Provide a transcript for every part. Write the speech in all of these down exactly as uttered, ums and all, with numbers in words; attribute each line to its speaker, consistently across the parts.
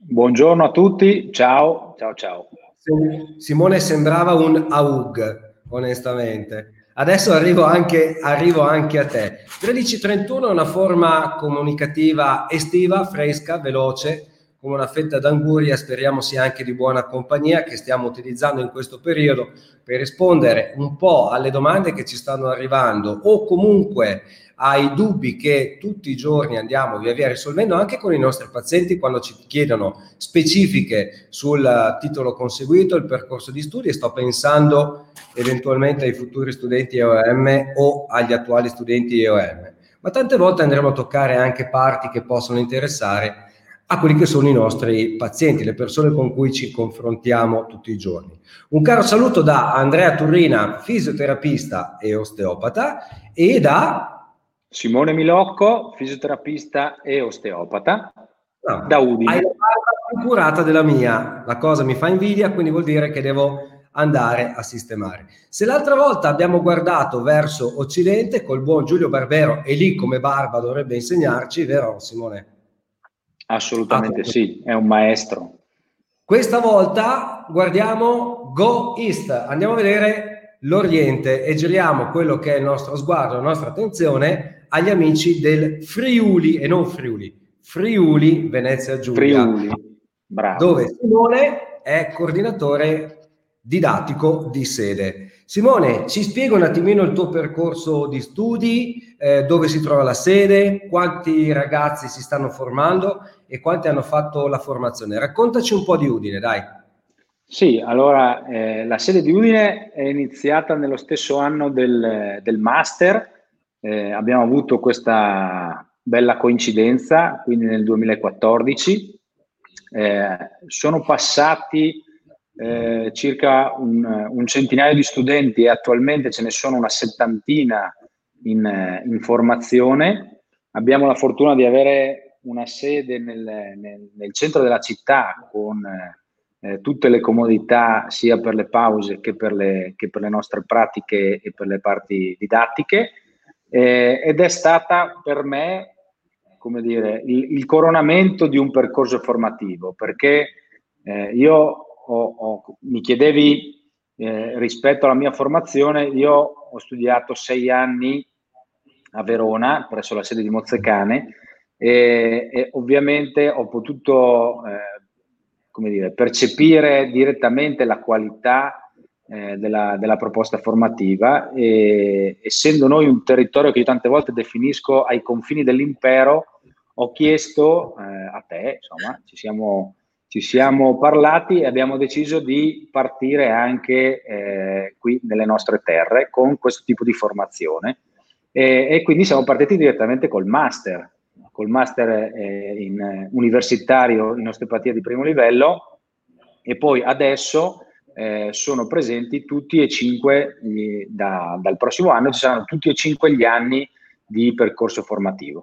Speaker 1: Buongiorno a tutti, ciao, ciao, ciao.
Speaker 2: Simone sembrava un A U G, onestamente. Adesso arrivo anche, arrivo anche a te. tredici e trentuno è una forma comunicativa estiva, fresca, veloce, come una fetta d'anguria, speriamo sia anche di buona compagnia, che stiamo utilizzando in questo periodo per rispondere un po' alle domande che ci stanno arrivando o comunque ai dubbi che tutti i giorni andiamo via via risolvendo anche con i nostri pazienti quando ci chiedono specifiche sul titolo conseguito, il percorso di studi, e sto pensando eventualmente ai futuri studenti E O M o agli attuali studenti E O M. Ma tante volte andremo a toccare anche parti che possono interessare a quelli che sono i nostri pazienti, le persone con cui ci confrontiamo tutti i giorni. Un caro saluto da Andrea Turrina, fisioterapista e osteopata, e da
Speaker 1: Simone Milocco, fisioterapista e osteopata, no, da Udine.
Speaker 2: Hai la barba più curata della mia, la cosa mi fa invidia, quindi vuol dire che devo andare a sistemare. Se l'altra volta abbiamo guardato verso Occidente col buon Giulio Barbero, e lì come barba dovrebbe insegnarci, vero Simone?
Speaker 1: Assolutamente ah, sì, è un maestro.
Speaker 2: Questa volta guardiamo Go East, andiamo a vedere l'Oriente e giriamo quello che è il nostro sguardo, la nostra attenzione agli amici del Friuli, e non Friuli, Friuli Venezia Giulia,
Speaker 1: Friuli, bravo.
Speaker 2: Dove Simone è coordinatore didattico di sede. Simone, ci spiega un attimino il tuo percorso di studi, eh, dove si trova la sede, quanti ragazzi si stanno formando e quanti hanno fatto la formazione. Raccontaci un po' di Udine, dai.
Speaker 1: Sì, allora eh, la sede di Udine è iniziata nello stesso anno del, del master, eh, abbiamo avuto questa bella coincidenza, quindi nel duemilaquattordici, eh, sono passati eh, circa un, un centinaio di studenti e attualmente ce ne sono una settantina in, in formazione. Abbiamo la fortuna di avere una sede nel, nel, nel centro della città con eh, tutte le comodità sia per le pause che per le, che per le nostre pratiche e per le parti didattiche, eh, ed è stata per me, come dire, il, il coronamento di un percorso formativo, perché eh, io ho, ho, mi chiedevi eh, rispetto alla mia formazione, io ho studiato sei anni a Verona presso la sede di Mozzecane e, e ovviamente ho potuto eh, come dire, percepire direttamente la qualità eh, della, della proposta formativa, e essendo noi un territorio che io tante volte definisco ai confini dell'impero, ho chiesto eh, a te, insomma, ci siamo, ci siamo parlati e abbiamo deciso di partire anche eh, qui nelle nostre terre con questo tipo di formazione, e, e quindi siamo partiti direttamente col master. col master eh, in, eh, universitario in osteopatia di primo livello, e poi adesso eh, sono presenti tutti e cinque, gli, da, dal prossimo anno ci saranno tutti e cinque gli anni di percorso formativo.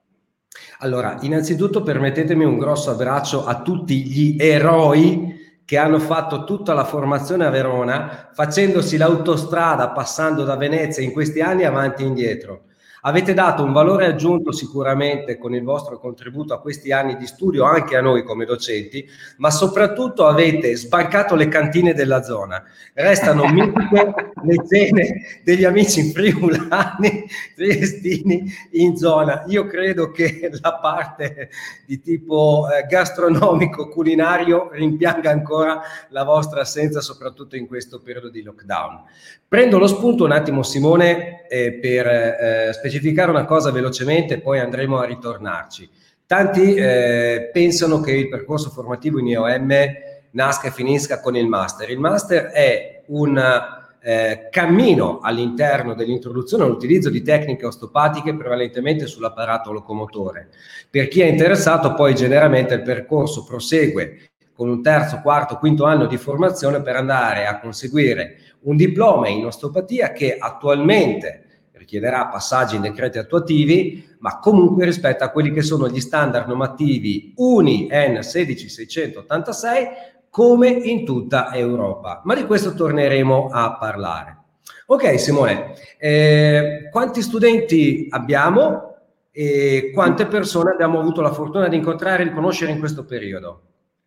Speaker 2: Allora, innanzitutto permettetemi un grosso abbraccio a tutti gli eroi che hanno fatto tutta la formazione a Verona, facendosi l'autostrada, passando da Venezia in questi anni avanti e indietro. Avete dato un valore aggiunto sicuramente con il vostro contributo a questi anni di studio, anche a noi come docenti, ma soprattutto avete sbancato le cantine della zona. Restano mitiche le cene degli amici friulani, triestini in zona. Io credo che la parte di tipo eh, gastronomico, culinario, rimpianga ancora la vostra assenza, soprattutto in questo periodo di lockdown. Prendo lo spunto un attimo, Simone, eh, per eh, specificare una cosa velocemente, poi andremo a ritornarci. Tanti eh, pensano che il percorso formativo in E O M nasca e finisca con il master. Il master è un eh, cammino all'interno dell'introduzione all'utilizzo di tecniche osteopatiche prevalentemente sull'apparato locomotore. Per chi è interessato, poi generalmente il percorso prosegue con un terzo, quarto, quinto anno di formazione per andare a conseguire un diploma in osteopatia che attualmente richiederà passaggi in decreti attuativi, ma comunque rispetto a quelli che sono gli standard normativi U N I N sedicisseicentottantasei, come in tutta Europa. Ma di questo torneremo a parlare. Ok Simone, eh, quanti studenti abbiamo e quante persone abbiamo avuto la fortuna di incontrare e di conoscere in questo periodo?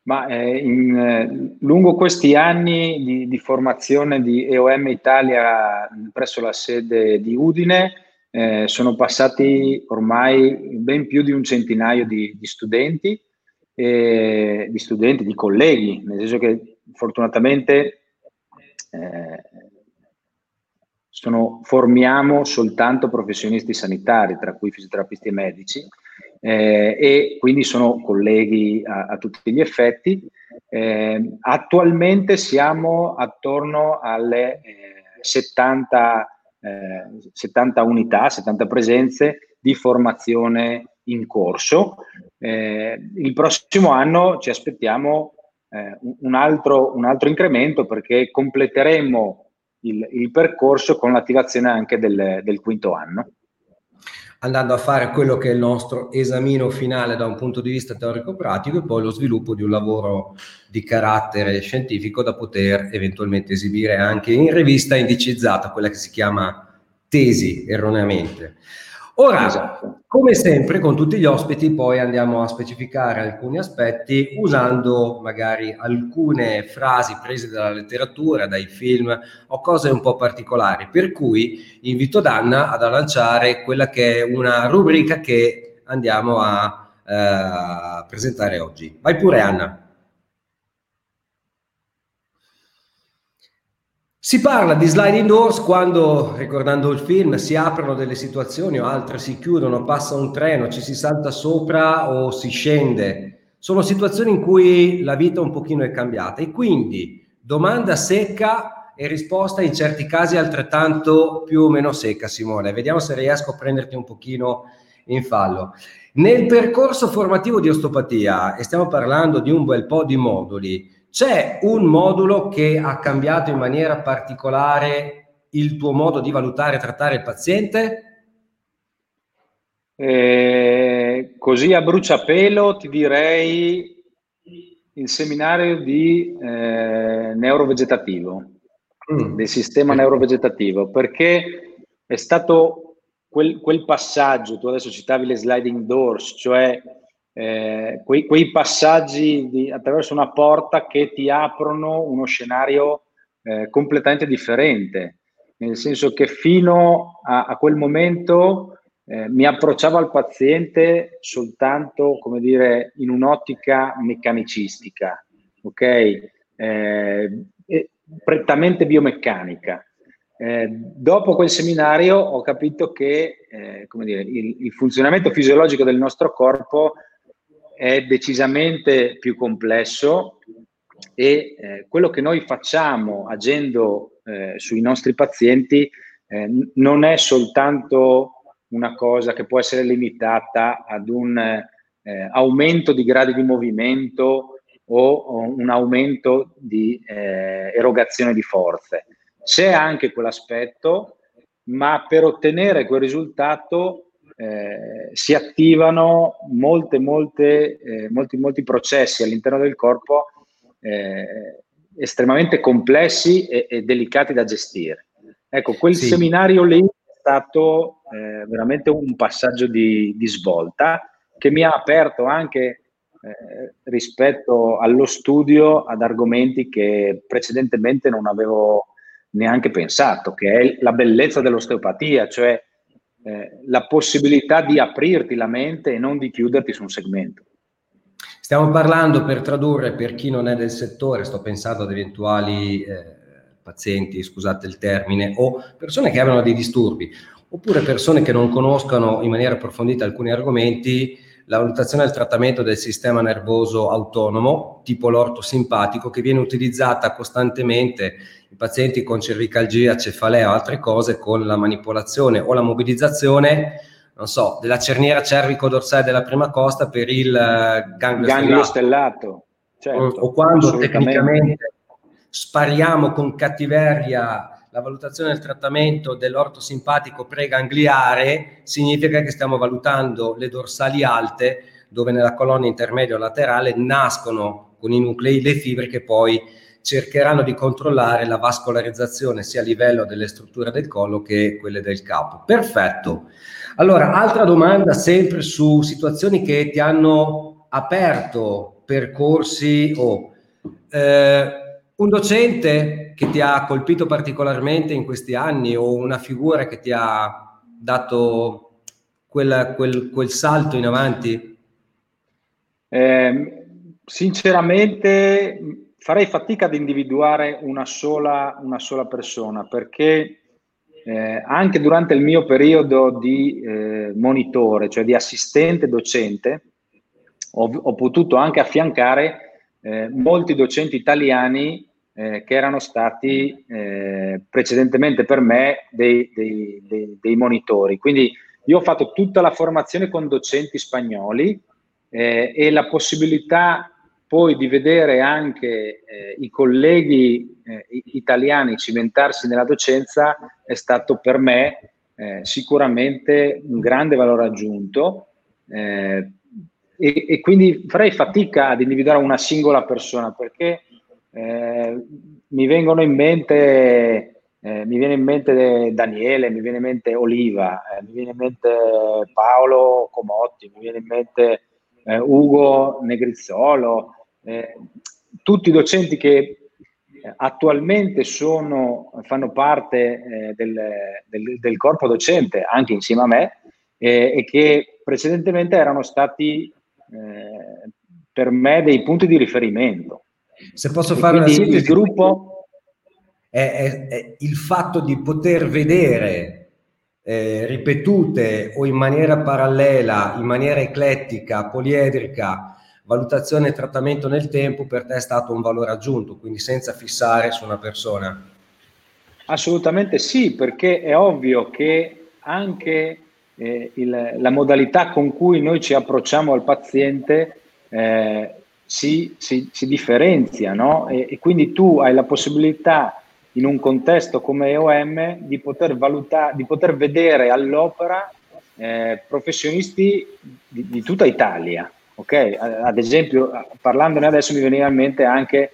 Speaker 1: Ma eh, in, eh, lungo questi anni di, di formazione di E O M Italia presso la sede di Udine eh, sono passati ormai ben più di un centinaio di, di studenti, eh, di studenti, di colleghi, nel senso che fortunatamente eh, sono, formiamo soltanto professionisti sanitari, tra cui fisioterapisti e medici, eh, e quindi sono colleghi a, a tutti gli effetti. Eh, attualmente siamo attorno alle eh, settanta, eh, settanta unità, settanta presenze di formazione in corso. Eh, il prossimo anno ci aspettiamo eh, un, altro, un altro incremento, perché completeremo il, il percorso con l'attivazione anche del, del quinto anno.
Speaker 2: Andando a fare quello che è il nostro esamino finale da un punto di vista teorico-pratico, e poi lo sviluppo di un lavoro di carattere scientifico da poter eventualmente esibire anche in rivista indicizzata, quella che si chiama tesi erroneamente. Ora, esatto. Come sempre con tutti gli ospiti poi andiamo a specificare alcuni aspetti usando magari alcune frasi prese dalla letteratura, dai film o cose un po' particolari, per cui invito Danna ad lanciare quella che è una rubrica che andiamo a eh, presentare oggi. Vai pure, Anna. Si parla di sliding doors quando, ricordando il film, si aprono delle situazioni o altre si chiudono, passa un treno, ci si salta sopra o si scende. Sono situazioni in cui la vita un pochino è cambiata e quindi domanda secca e risposta in certi casi altrettanto più o meno secca, Simone. Vediamo se riesco a prenderti un pochino in fallo. Nel percorso formativo di osteopatia, e stiamo parlando di un bel po' di moduli, c'è un modulo che ha cambiato in maniera particolare il tuo modo di valutare e trattare il paziente?
Speaker 1: Eh, così a bruciapelo ti direi il seminario di eh, neurovegetativo, mm. del sistema neurovegetativo, perché è stato quel, quel passaggio, tu adesso citavi le sliding doors, cioè Eh, quei, quei passaggi di, attraverso una porta che ti aprono uno scenario eh, completamente differente, nel senso che fino a, a quel momento eh, mi approcciavo al paziente soltanto, come dire, in un'ottica meccanicistica, ok? Eh, prettamente biomeccanica. Eh, dopo quel seminario ho capito che eh, come dire, il, il funzionamento fisiologico del nostro corpo è decisamente più complesso e eh, quello che noi facciamo agendo eh, sui nostri pazienti eh, non è soltanto una cosa che può essere limitata ad un eh, aumento di gradi di movimento o, o un aumento di eh, erogazione di forze. C'è anche quell'aspetto, ma per ottenere quel risultato Eh, si attivano molte, molte, eh, molti, molti processi all'interno del corpo eh, estremamente complessi e, e delicati da gestire. Ecco, quel sì. seminario lì è stato eh, veramente un passaggio di, di svolta che mi ha aperto anche eh, rispetto allo studio ad argomenti che precedentemente non avevo neanche pensato, che è la bellezza dell'osteopatia, cioè Eh, la possibilità di aprirti la mente e non di chiuderti su un segmento.
Speaker 2: Stiamo parlando, per tradurre per chi non è del settore, sto pensando ad eventuali eh, pazienti, scusate il termine, o persone che abbiano dei disturbi, oppure persone che non conoscano in maniera approfondita alcuni argomenti, la valutazione del trattamento del sistema nervoso autonomo, tipo l'orto simpatico, che viene utilizzata costantemente in pazienti con cervicalgia, cefalea o altre cose, con la manipolazione o la mobilizzazione, non so, della cerniera cervico-dorsale della prima costa per il uh, ganglio,
Speaker 1: ganglio
Speaker 2: stellato,
Speaker 1: stellato. Certo,
Speaker 2: o quando tecnicamente spariamo con cattiveria la valutazione del trattamento dell'orto simpatico pregangliare, significa che stiamo valutando le dorsali alte, dove nella colonna intermedia o laterale nascono con i nuclei le fibre che poi cercheranno di controllare la vascolarizzazione sia a livello delle strutture del collo che quelle del capo. Perfetto. Allora, altra domanda sempre su situazioni che ti hanno aperto percorsi o eh, un docente che ti ha colpito particolarmente in questi anni o una figura che ti ha dato quel, quel, quel salto in avanti?
Speaker 1: Eh, sinceramente farei fatica ad individuare una sola, una sola persona, perché eh, anche durante il mio periodo di eh, monitore, cioè di assistente docente, ho, ho potuto anche affiancare eh, molti docenti italiani eh, che erano stati eh, precedentemente per me dei, dei, dei, dei monitori. Quindi io ho fatto tutta la formazione con docenti spagnoli eh, e la possibilità poi di vedere anche eh, i colleghi eh, italiani cimentarsi nella docenza è stato per me eh, sicuramente un grande valore aggiunto. Eh, e, e quindi farei fatica ad individuare una singola persona, perché eh, mi vengono in mente, eh, mi viene in mente Daniele, mi viene in mente Oliva, eh, mi viene in mente Paolo Comotti, mi viene in mente eh, Ugo Negrizzolo, eh, tutti i docenti che attualmente sono, fanno parte eh, del, del, del corpo docente, anche insieme a me, eh, e che precedentemente erano stati eh, per me dei punti di riferimento.
Speaker 2: Se posso
Speaker 1: e
Speaker 2: fare una sintesi,
Speaker 1: il gruppo
Speaker 2: è, è, è il fatto di poter vedere eh, ripetute o in maniera parallela, in maniera eclettica, poliedrica, valutazione e trattamento nel tempo, per te è stato un valore aggiunto, quindi senza fissare su una persona.
Speaker 1: Assolutamente sì, perché è ovvio che anche eh, il, la modalità con cui noi ci approcciamo al paziente eh, si, si, si differenzia, no? E, e quindi tu hai la possibilità in un contesto come E O M di poter valutare, di poter vedere all'opera eh, professionisti di, di tutta Italia, ok? Ad esempio, parlandone adesso mi veniva in mente anche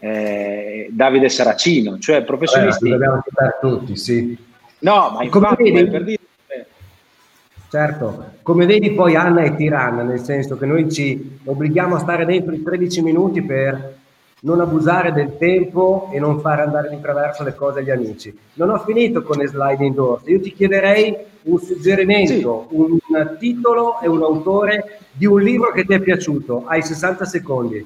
Speaker 1: Eh, Davide Saracino, cioè professionisti.
Speaker 2: Vabbè, dobbiamo citare tutti, sì.
Speaker 1: No, ma infatti,
Speaker 2: vedi,
Speaker 1: per dire...
Speaker 2: Certo, come vedi poi Anna è tiranna, nel senso che noi ci obblighiamo a stare dentro i tredici minuti per non abusare del tempo e non fare andare di traverso le cose agli amici. Non ho finito con le slide indoors, io ti chiederei un suggerimento, sì. un titolo e un autore di un libro che ti è piaciuto, hai sessanta secondi.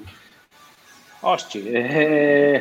Speaker 1: Osci, eh,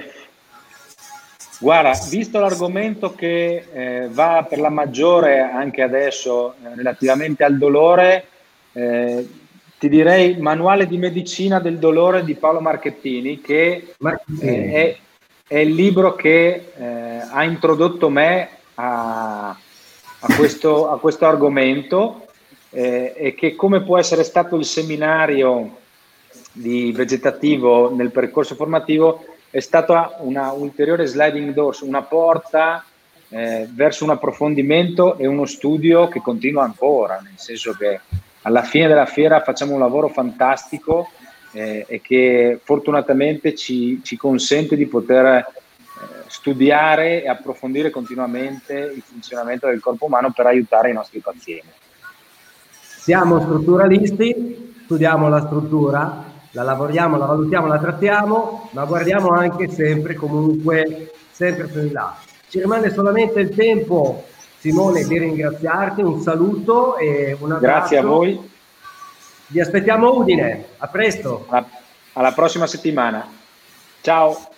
Speaker 1: guarda, visto l'argomento che eh, va per la maggiore anche adesso eh, relativamente al dolore, eh, ti direi Manuale di medicina del dolore di Paolo Marchettini, che Marchettini. Eh, è, è il libro che eh, ha introdotto me a, a, questo, a questo argomento eh, e che, come può essere stato il seminario di vegetativo nel percorso formativo, è stata una ulteriore sliding doors, una porta eh, verso un approfondimento e uno studio che continua ancora, nel senso che alla fine della fiera facciamo un lavoro fantastico eh, e che fortunatamente ci, ci consente di poter eh, studiare e approfondire continuamente il funzionamento del corpo umano per aiutare i nostri pazienti.
Speaker 2: Siamo strutturalisti, studiamo la struttura, la lavoriamo, la valutiamo, la trattiamo, ma guardiamo anche sempre comunque sempre più in là. Ci rimane solamente il tempo, Simone, di ringraziarti, un saluto e un abbraccio.
Speaker 1: Grazie a voi.
Speaker 2: Vi aspettiamo a Udine, a presto.
Speaker 1: Alla, alla prossima settimana. Ciao.